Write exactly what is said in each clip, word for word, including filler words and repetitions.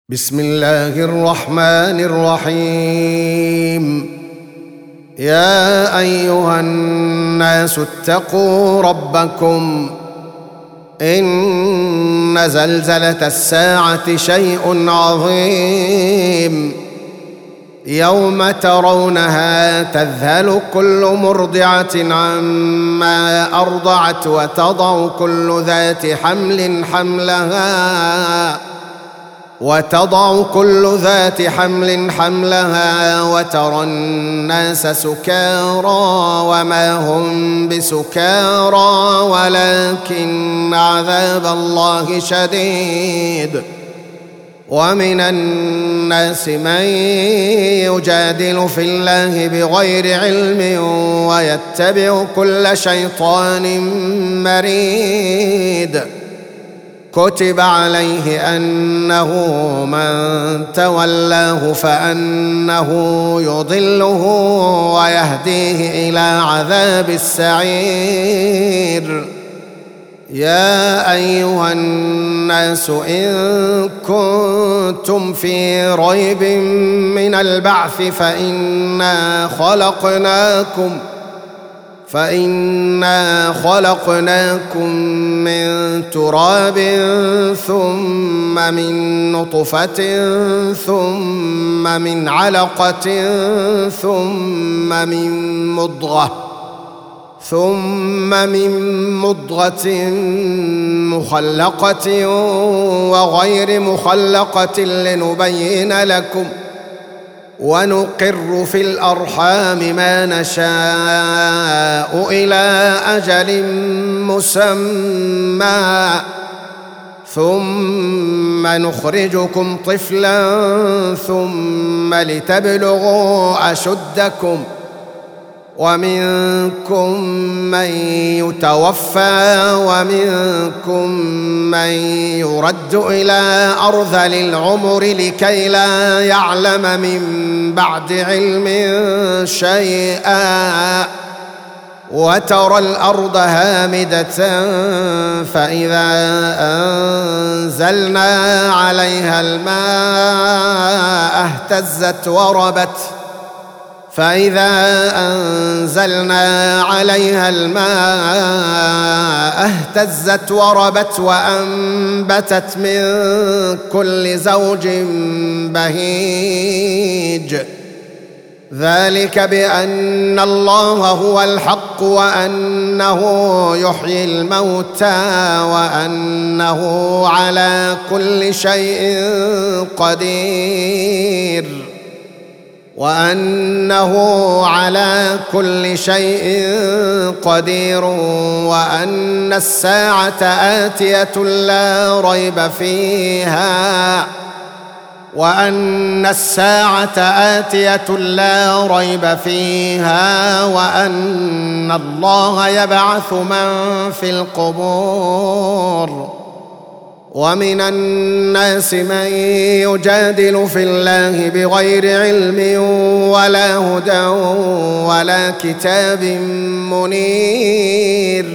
بسم الله الرحمن الرحيم. يا أيها الناس اتقوا ربكم إن زلزلة الساعة شيء عظيم يوم ترونها تذهل كل مرضعة عما أرضعت وتضع كل ذات حمل حملها وتضع كل ذات حمل حملها وترى الناس سكارى وما هم بسكارى ولكن عذاب الله شديد. ومن الناس من يجادل في الله بغير علم ويتبع كل شيطان مريد. كتب عليه أنه من تولاه فأنه يضله ويهديه إلى عذاب السعير. يا أيها الناس إن كنتم في ريب من البعث فإنا خلقناكم فإنا خلقناكم من تراب ثم من نطفة ثم من علقة ثم من مضغة ثم من مضغة مخلقة وغير مخلقة لنبين لكم ونقر في الأرحام ما نشاء إلى أجل مسمى ثم نخرجكم طفلا ثم لتبلغوا أشدكم ومنكم من يتوفى ومنكم من يرد إلى أرذل العمر لكي لا يعلم من بعد علم شيئا. وترى الأرض هامدة فإذا أنزلنا عليها الماء اهتزت وربت فإذا أنزلنا عليها الماء اهتزت وربت وأنبتت من كل زوج بهيج. ذلك بأن الله هو الحق وأنه يحيي الموتى وأنه على كل شيء قدير وأنه على كل شيء قدير وأن الساعة آتية لا ريب فيها وأن الساعة آتية لا ريب فيها وأن الله يبعث من في القبور. ومن الناس من يجادل في الله بغير علم ولا هدى ولا كتاب منير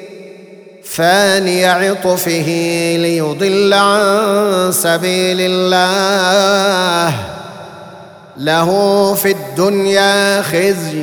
ثاني عطفه ليضل عن سبيل الله له في الدنيا خزي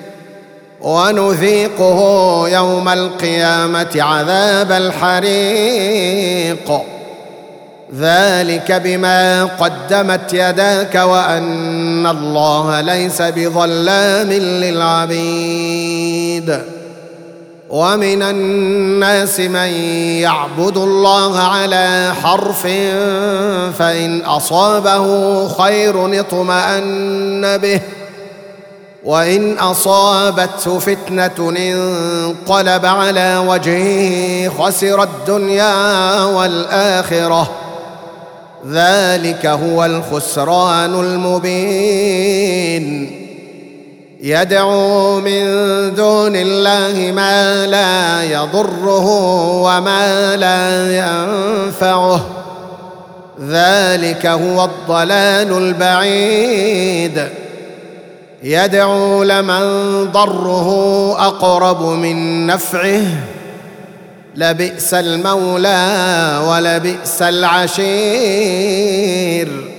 ونذيقه يوم القيامة عذاب الحريق. ذلك بما قدمت يداك وأن الله ليس بظلام للعبيد. ومن الناس من يعبد الله على حرف فإن أصابه خير اطمأن به وإن أصابته فتنة انقلب على وجهه خسر الدنيا والآخرة. ذلك هو الخسران المبين. يدعو من دون الله ما لا يضره وما لا ينفعه. ذلك هو الضلال البعيد. يدعو لمن ضره أقرب من نفعه لبئس المولى ولبئس العشير.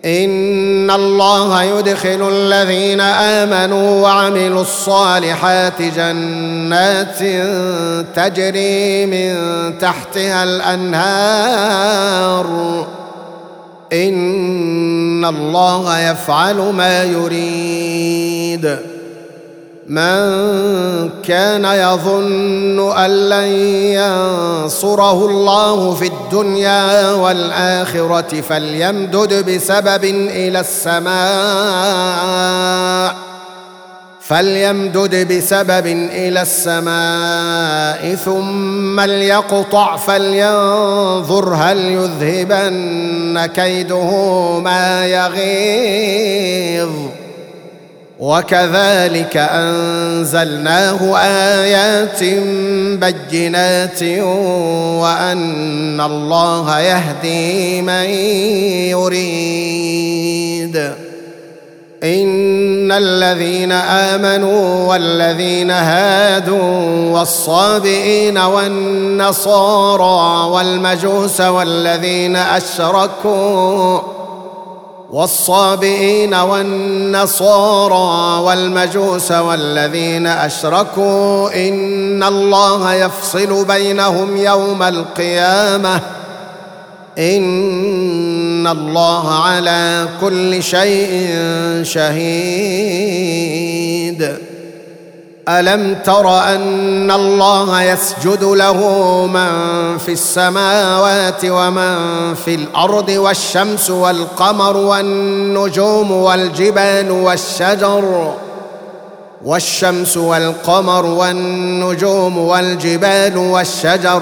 إن الله يدخل الذين آمنوا وعملوا الصالحات جنات تجري من تحتها الأنهار إن الله يفعل ما يريد. من كان يظن أن لن ينصره الله في الدنيا والآخرة فليمدد بسبب إلى السماء فليمدد بسبب إلى السماء ثم ليقطع فلينظر هل يذهبن كيده ما يغيظ. وكذلك أنزلناه آيات بينات وأن الله يهدي من يريد. إن الذين آمنوا والذين هادوا والصابئين والنصارى والمجوس والذين أشركوا والصابئين والنصارى والمجوس والذين أشركوا إن الله يفصل بينهم يوم القيامة إن الله على كل شيء شهيد. ألم تر أن الله يسجد له من في السماوات ومن في الأرض والشمس والقمر والنجوم والجبال والشجر والشمس والقمر والنجوم والجبال والشجر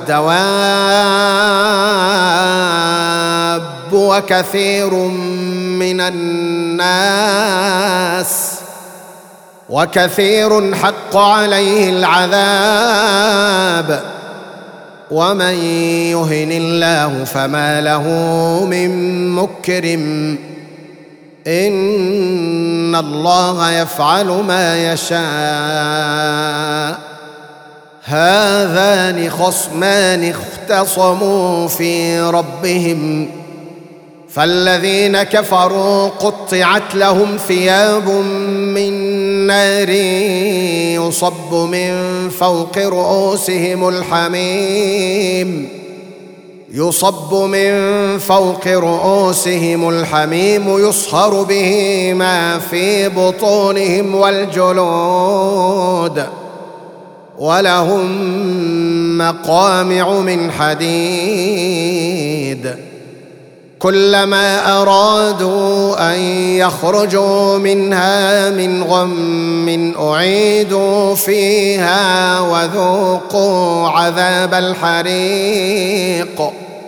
والدواب وكثير من الناس وكثير حق عليه العذاب ومن يهن الله فما له من مكرم إن الله يفعل ما يشاء. هذان خصمان اختصموا في ربهم فالذين كفروا قطعت لهم ثياب من نار يصب من فوق رؤوسهم الحميم يصب من فوق رؤوسهم الحميم يصهر به ما في بطونهم والجلود ولهم مقامع من حديد كلما أرادوا أن يخرجوا منها من غم أعيدوا فيها وذوقوا عذاب الحريق.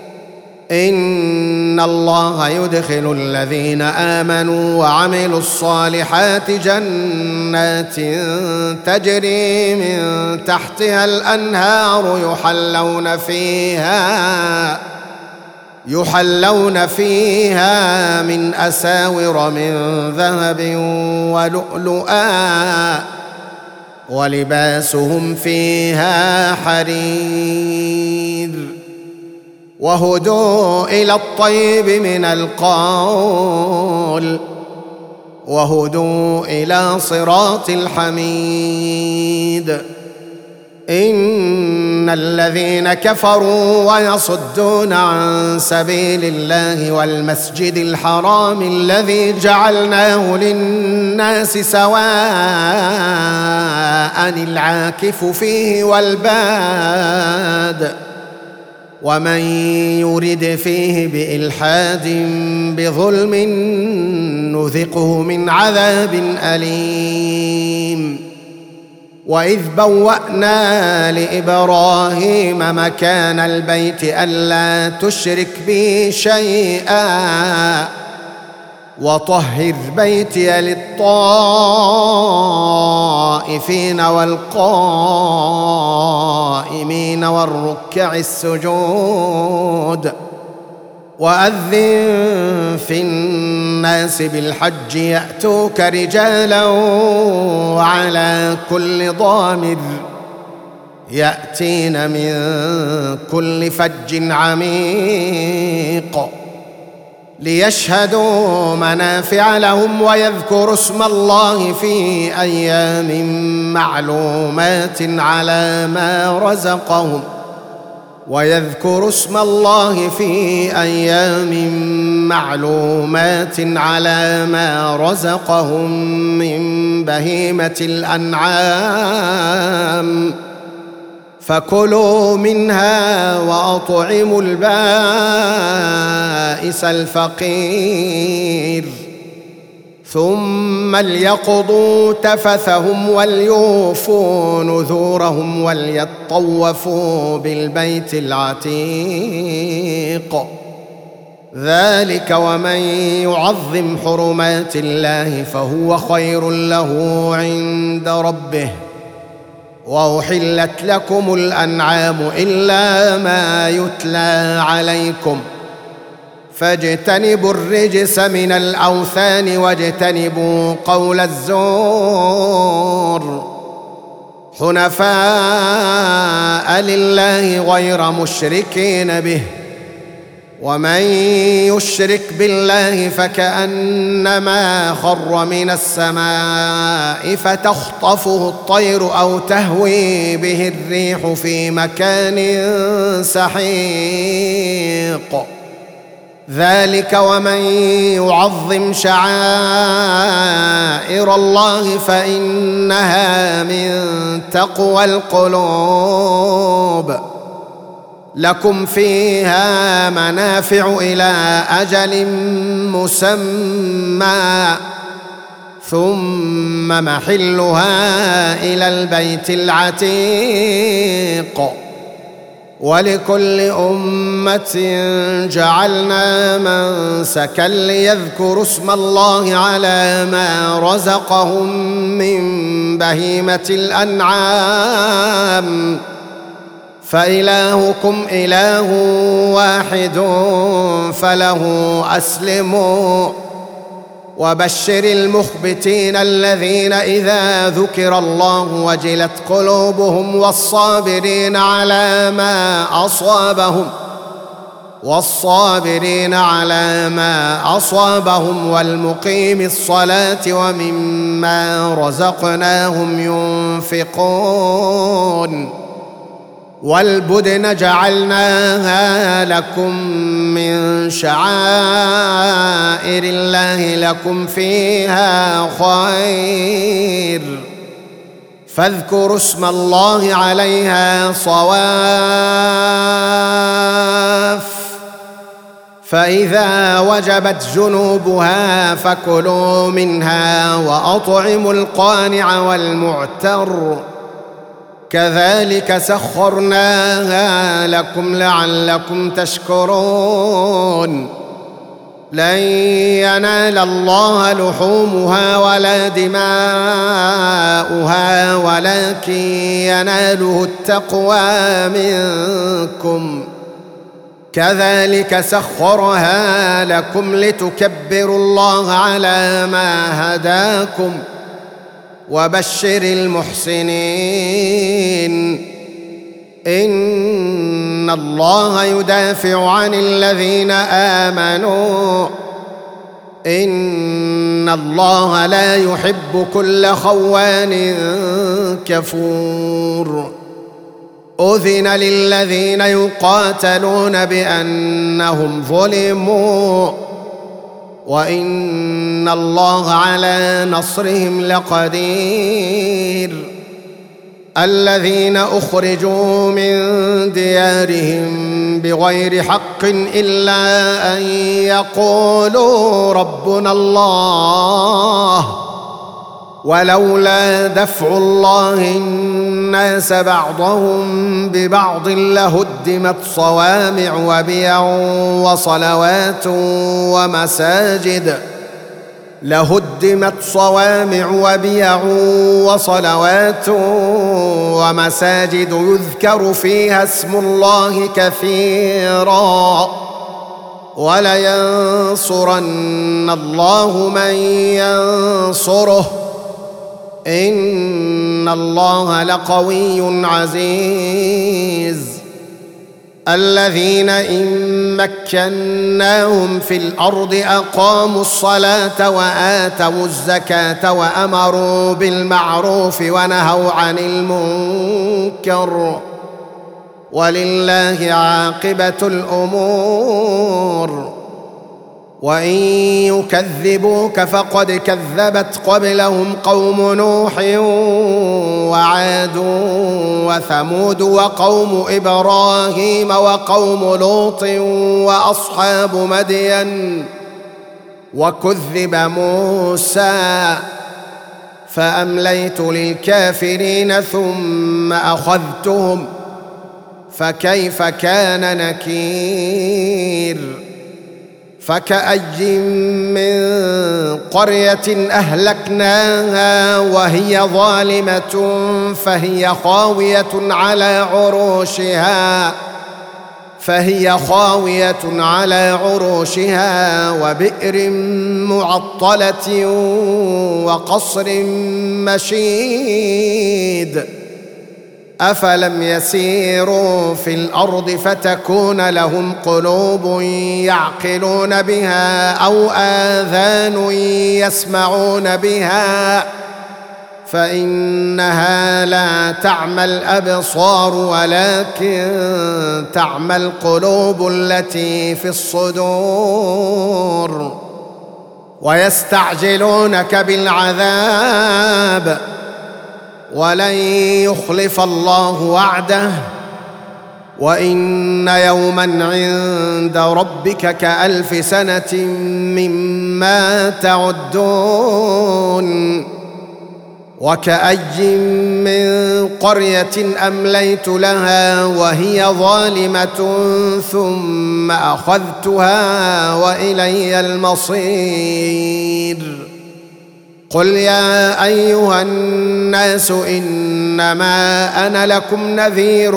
إن الله يدخل الذين آمنوا وعملوا الصالحات جنات تجري من تحتها الأنهار يحلون فيها يحلون فيها من أساور من ذهب ولؤلؤا ولباسهم فيها حرير وهدوا إلى الطيب من القول وهدوا إلى صراط الحميد. إن الذين كفروا ويصدون عن سبيل الله والمسجد الحرام الذي جعلناه للناس سواء العاكف فيه والباد ومن يرد فيه بإلحاد بظلم نذقه من عذاب أليم. وإذ بوأنا لإبراهيم مكان البيت ألا تشرك بي شيئا وطهر بيتي للطائفين والقائمين والركع السجود وأذن في الناس بالحج يأتوك رجالا وعلى كل ضامر يأتين من كل فج عميق ليشهدوا منافع لهم ويذكروا اسم الله في أيام معلومات على ما رزقهم ويذكروا اسم الله في أيام معلومات على ما رزقهم من بهيمة الأنعام فكلوا منها وأطعموا البائس الفقير ثم ليقضوا تفثهم وليوفوا نذورهم وليطوفوا بالبيت العتيق ذلك ومن يعظم حرمات الله فهو خير له عند ربه وأحلت لكم الأنعام إلا ما يتلى عليكم فاجتنبوا الرجس من الأوثان واجتنبوا قول الزور حنفاء لله غير مشركين به ومن يشرك بالله فكأنما خر من السماء فتخطفه الطير أو تهوي به الريح في مكان سحيق ذلك ومن يعظم شعائر الله فإنها من تقوى القلوب لكم فيها منافع إلى أجل مسمى ثم محلها إلى البيت العتيق ولكل أمة جعلنا منسكا ليذكروا اسم الله على ما رزقهم من بهيمة الأنعام فإلهكم إله واحد فله أسلموا وبشر المخبتين الذين إذا ذكر الله وجلت قلوبهم والصابرين على ما أصابهم والصابرين على ما أصابهم والمقيم الصلاة ومما رزقناهم ينفقون والبدن جعلناها لكم من شعائر الله لكم فيها خير فاذكروا اسم الله عليها صواف فإذا وجبت جنوبها فكلوا منها وأطعموا القانع والمعتر كذلك سخرناها لكم لعلكم تشكرون لن ينال الله لحومها ولا دماؤها ولكن يناله التقوى منكم كذلك سخرها لكم لتكبروا الله على ما هداكم وبشر المحسنين إن الله يدافع عن الذين آمنوا إن الله لا يحب كل خوان كفور أذن للذين يقاتلون بأنهم ظلموا وإن الله على نصرهم لقدير الذين أخرجوا من ديارهم بغير حق إلا أن يقولوا ربنا الله ولولا دفع الله الناس بعضهم ببعض لهدمت صوامع وبيع وصلوات ومساجد لهدمت صوامع وبيع وصلوات ومساجد يذكر فيها اسم الله كثيرا ولينصرن الله من ينصره إن الله لقوي عزيز الذين إن مكناهم في الأرض أقاموا الصلاة وآتوا الزكاة وأمروا بالمعروف ونهوا عن المنكر ولله عاقبة الأمور. وإن يكذبوك فقد كذبت قبلهم قوم نوح وعاد وثمود وقوم إبراهيم وقوم لوط وأصحاب مدين وكذب موسى فأمليت للكافرين ثم أخذتهم فكيف كان نكير. فكأي من قرية أهلكناها وهي ظالمة فهي خاوية على عروشها فهي خاوية على عروشها وبئر معطلة وقصر مشيد. أفلم يسيروا في الأرض فتكون لهم قلوب يعقلون بها أو آذان يسمعون بها فإنها لا تعمى الأبصار ولكن تعمى القلوب التي في الصدور. ويستعجلونك بالعذاب ولن يخلف الله وعده وإن يوما عند ربك كألف سنة مما تعدون. وكأي من قرية أمليت لها وهي ظالمة ثم أخذتها وإلي المصير. قل يا أيها الناس إنما أنا لكم نذير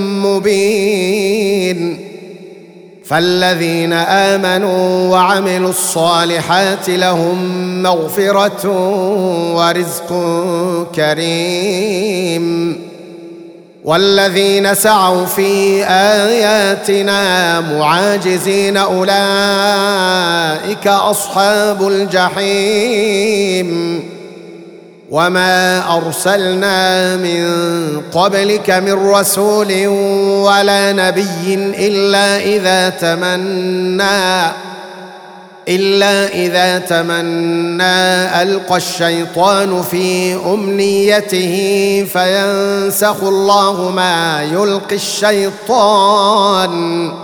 مبين. فالذين آمنوا وعملوا الصالحات لهم مغفرة ورزق كريم والذين سعوا في آياتنا معاجزين أولئك أصحاب الجحيم. وما أرسلنا من قبلك من رسول ولا نبي إلا إذا تمنى إلا إذا تمنى ألقى الشيطان في أمنيته فينسخ الله ما يلقي الشيطان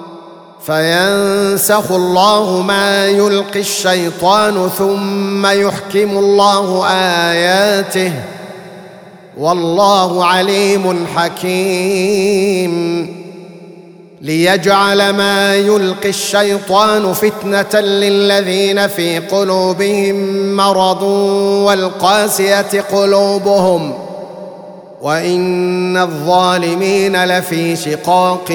فينسخ الله ما يلقي الشيطان ثم يحكم الله آياته والله عليم حكيم. ليجعل ما يلقي الشيطان فتنة للذين في قلوبهم مرض والقاسية قلوبهم وإن الظالمين لفي شقاق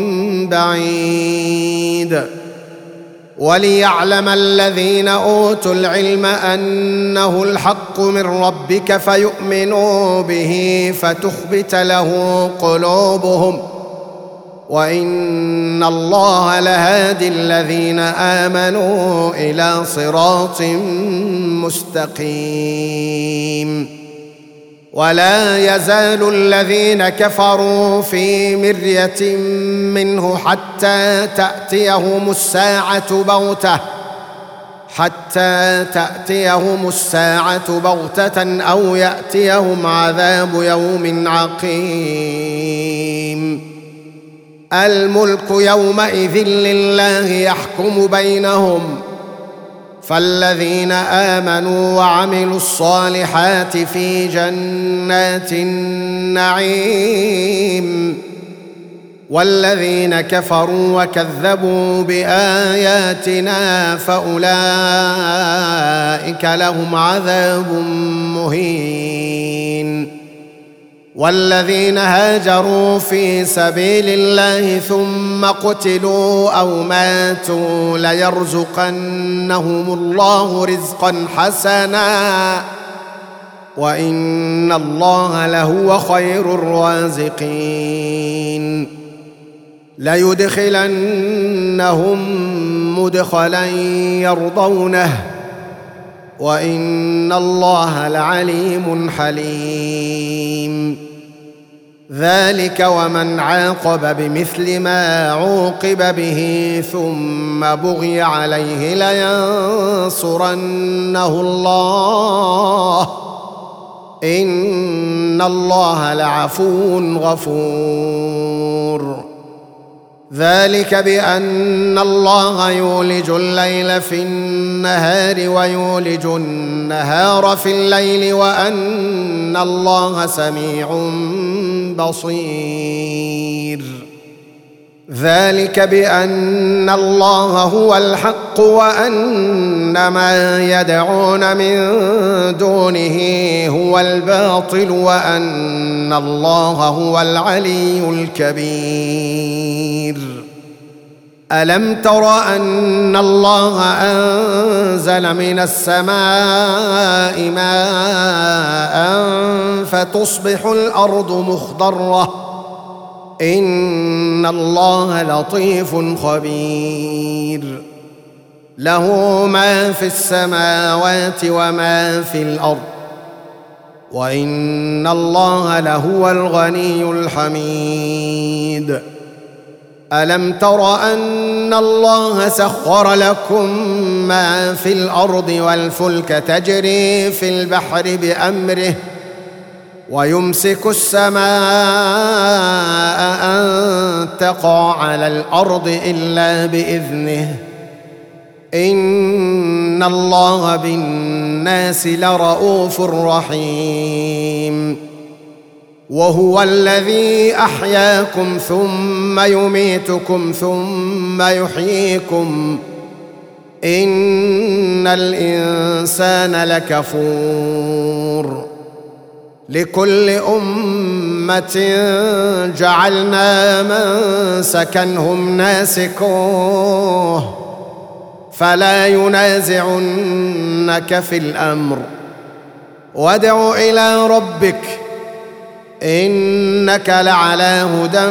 بعيد. وليعلم الذين أوتوا العلم أنه الحق من ربك فيؤمنوا به فتخبت له قلوبهم وإن الله لهادي الذين آمنوا إلى صراط مستقيم. ولا يزال الذين كفروا في مرية منه حتى تأتيهم الساعة بغتة حتى تأتيهم الساعة بغتة أو يأتيهم عذاب يوم عقيم. الملك يومئذ لله يحكم بينهم فالذين آمنوا وعملوا الصالحات في جنات النعيم والذين كفروا وكذبوا بآياتنا فأولئك لهم عذاب مهين. والذين هاجروا في سبيل الله ثم قتلوا أو ماتوا ليرزقنهم الله رزقا حسنا وإن الله لهو خير الرازقين. ليدخلنهم مدخلا يرضونه وإن الله لعليم حليم. ذلك ومن عاقب بمثل ما عوقب به ثم بغي عليه لينصرنه الله إن الله لعفو غفور. ذلك بأن الله يولج الليل في النهار ويولج النهار في الليل وأن الله سميع بصير. ذلك بأن الله هو الحق وأن ما يدعون من دونه هو الباطل وأن الله هو العلي الكبير. ألم تر أن الله أنزل من السماء ماء فتصبح الأرض مخضرة إن الله لطيف خبير. له ما في السماوات وما في الأرض وإن الله لهو الغني الحميد. ألم تر أن الله سخر لكم ما في الأرض والفلك تجري في البحر بأمره ويمسك السماء أن تقع على الأرض إلا بإذنه إن الله بالناس لرءوف رحيم. وهو الذي أحياكم ثم يميتكم ثم يحييكم إن الإنسان لكفور. لكل أمة جعلنا منسكا هم ناسكوه فلا ينازعنك في الأمر وادع إلى ربك إنك لعلى هدى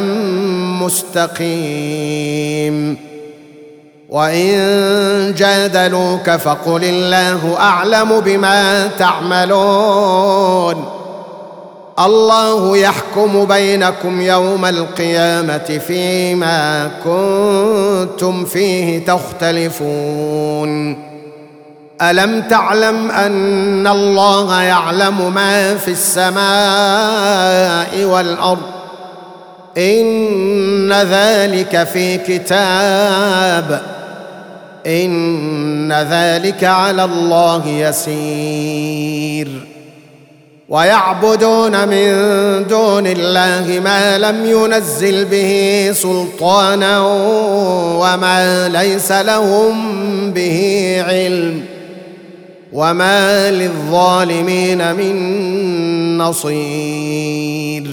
مستقيم. وإن جادلوك فقل الله أعلم بما تعملون الله يحكم بينكم يوم القيامة فيما كنتم فيه تختلفون. ألم تعلم أن الله يعلم ما في السماء والأرض إن ذلك في كتاب إن ذلك على الله يسير. ويعبدون من دون الله ما لم ينزل به سلطانا وما ليس لهم به علم وما للظالمين من نصير.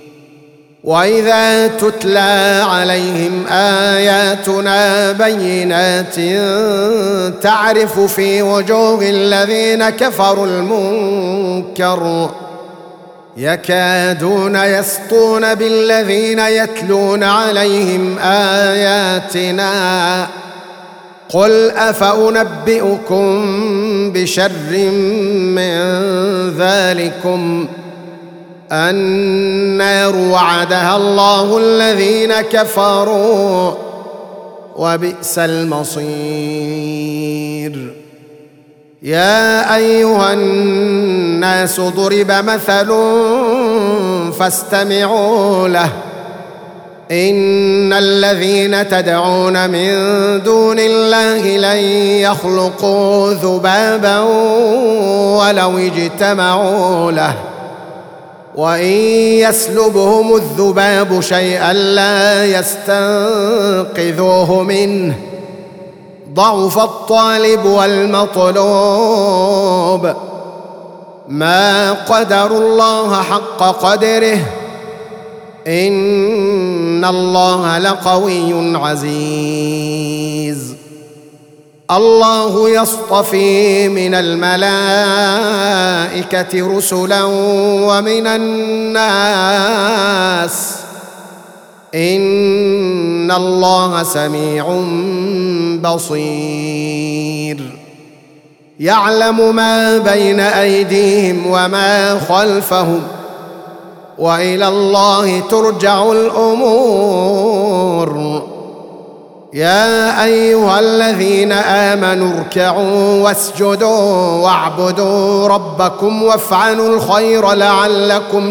وإذا تتلى عليهم آياتنا بينات تعرف في وجوه الذين كفروا المنكر يكادون يسطون بالذين يتلون عليهم آياتنا قل أفأنبئكم بشر من ذلكم النار وعدها الله الذين كفروا وبئس المصير. يا أيها الناس ضرب مثل فاستمعوا له إن الذين تدعون من دون الله لن يخلقوا ذبابا ولو اجتمعوا له وإن يسلبهم الذباب شيئا لا يستنقذوه منه ضعف الطالب والمطلوب ما قدروا الله حق قدره إن الله لقوي عزيز. الله يصطفي من الملائكة رسلا ومن الناس إن الله سميع بصير يعلم ما بين أيديهم وما خلفهم وإلى الله ترجع الأمور يا أيها الذين آمنوا اركعوا واسجدوا واعبدوا ربكم وافعلوا الخير لعلكم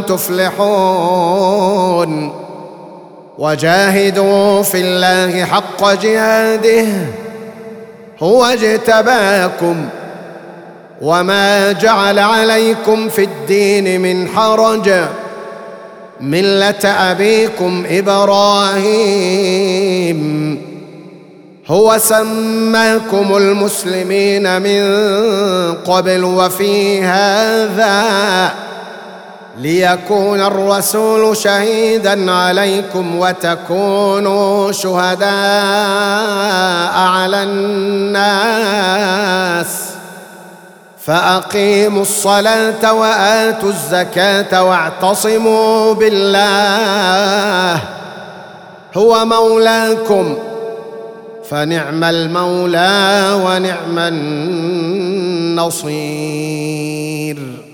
تفلحون وجاهدوا في الله حق جهاده هو اجتباكم وما جعل عليكم في الدين من حرج ملة أبيكم إبراهيم هو سماكم المسلمين من قبل وفي هذا ليكون الرسول شهيدا عليكم وتكونوا شهداء على الناس فأقيموا الصلاة وآتوا الزكاة واعتصموا بالله هو مولاكم فنعم المولى ونعم النصير.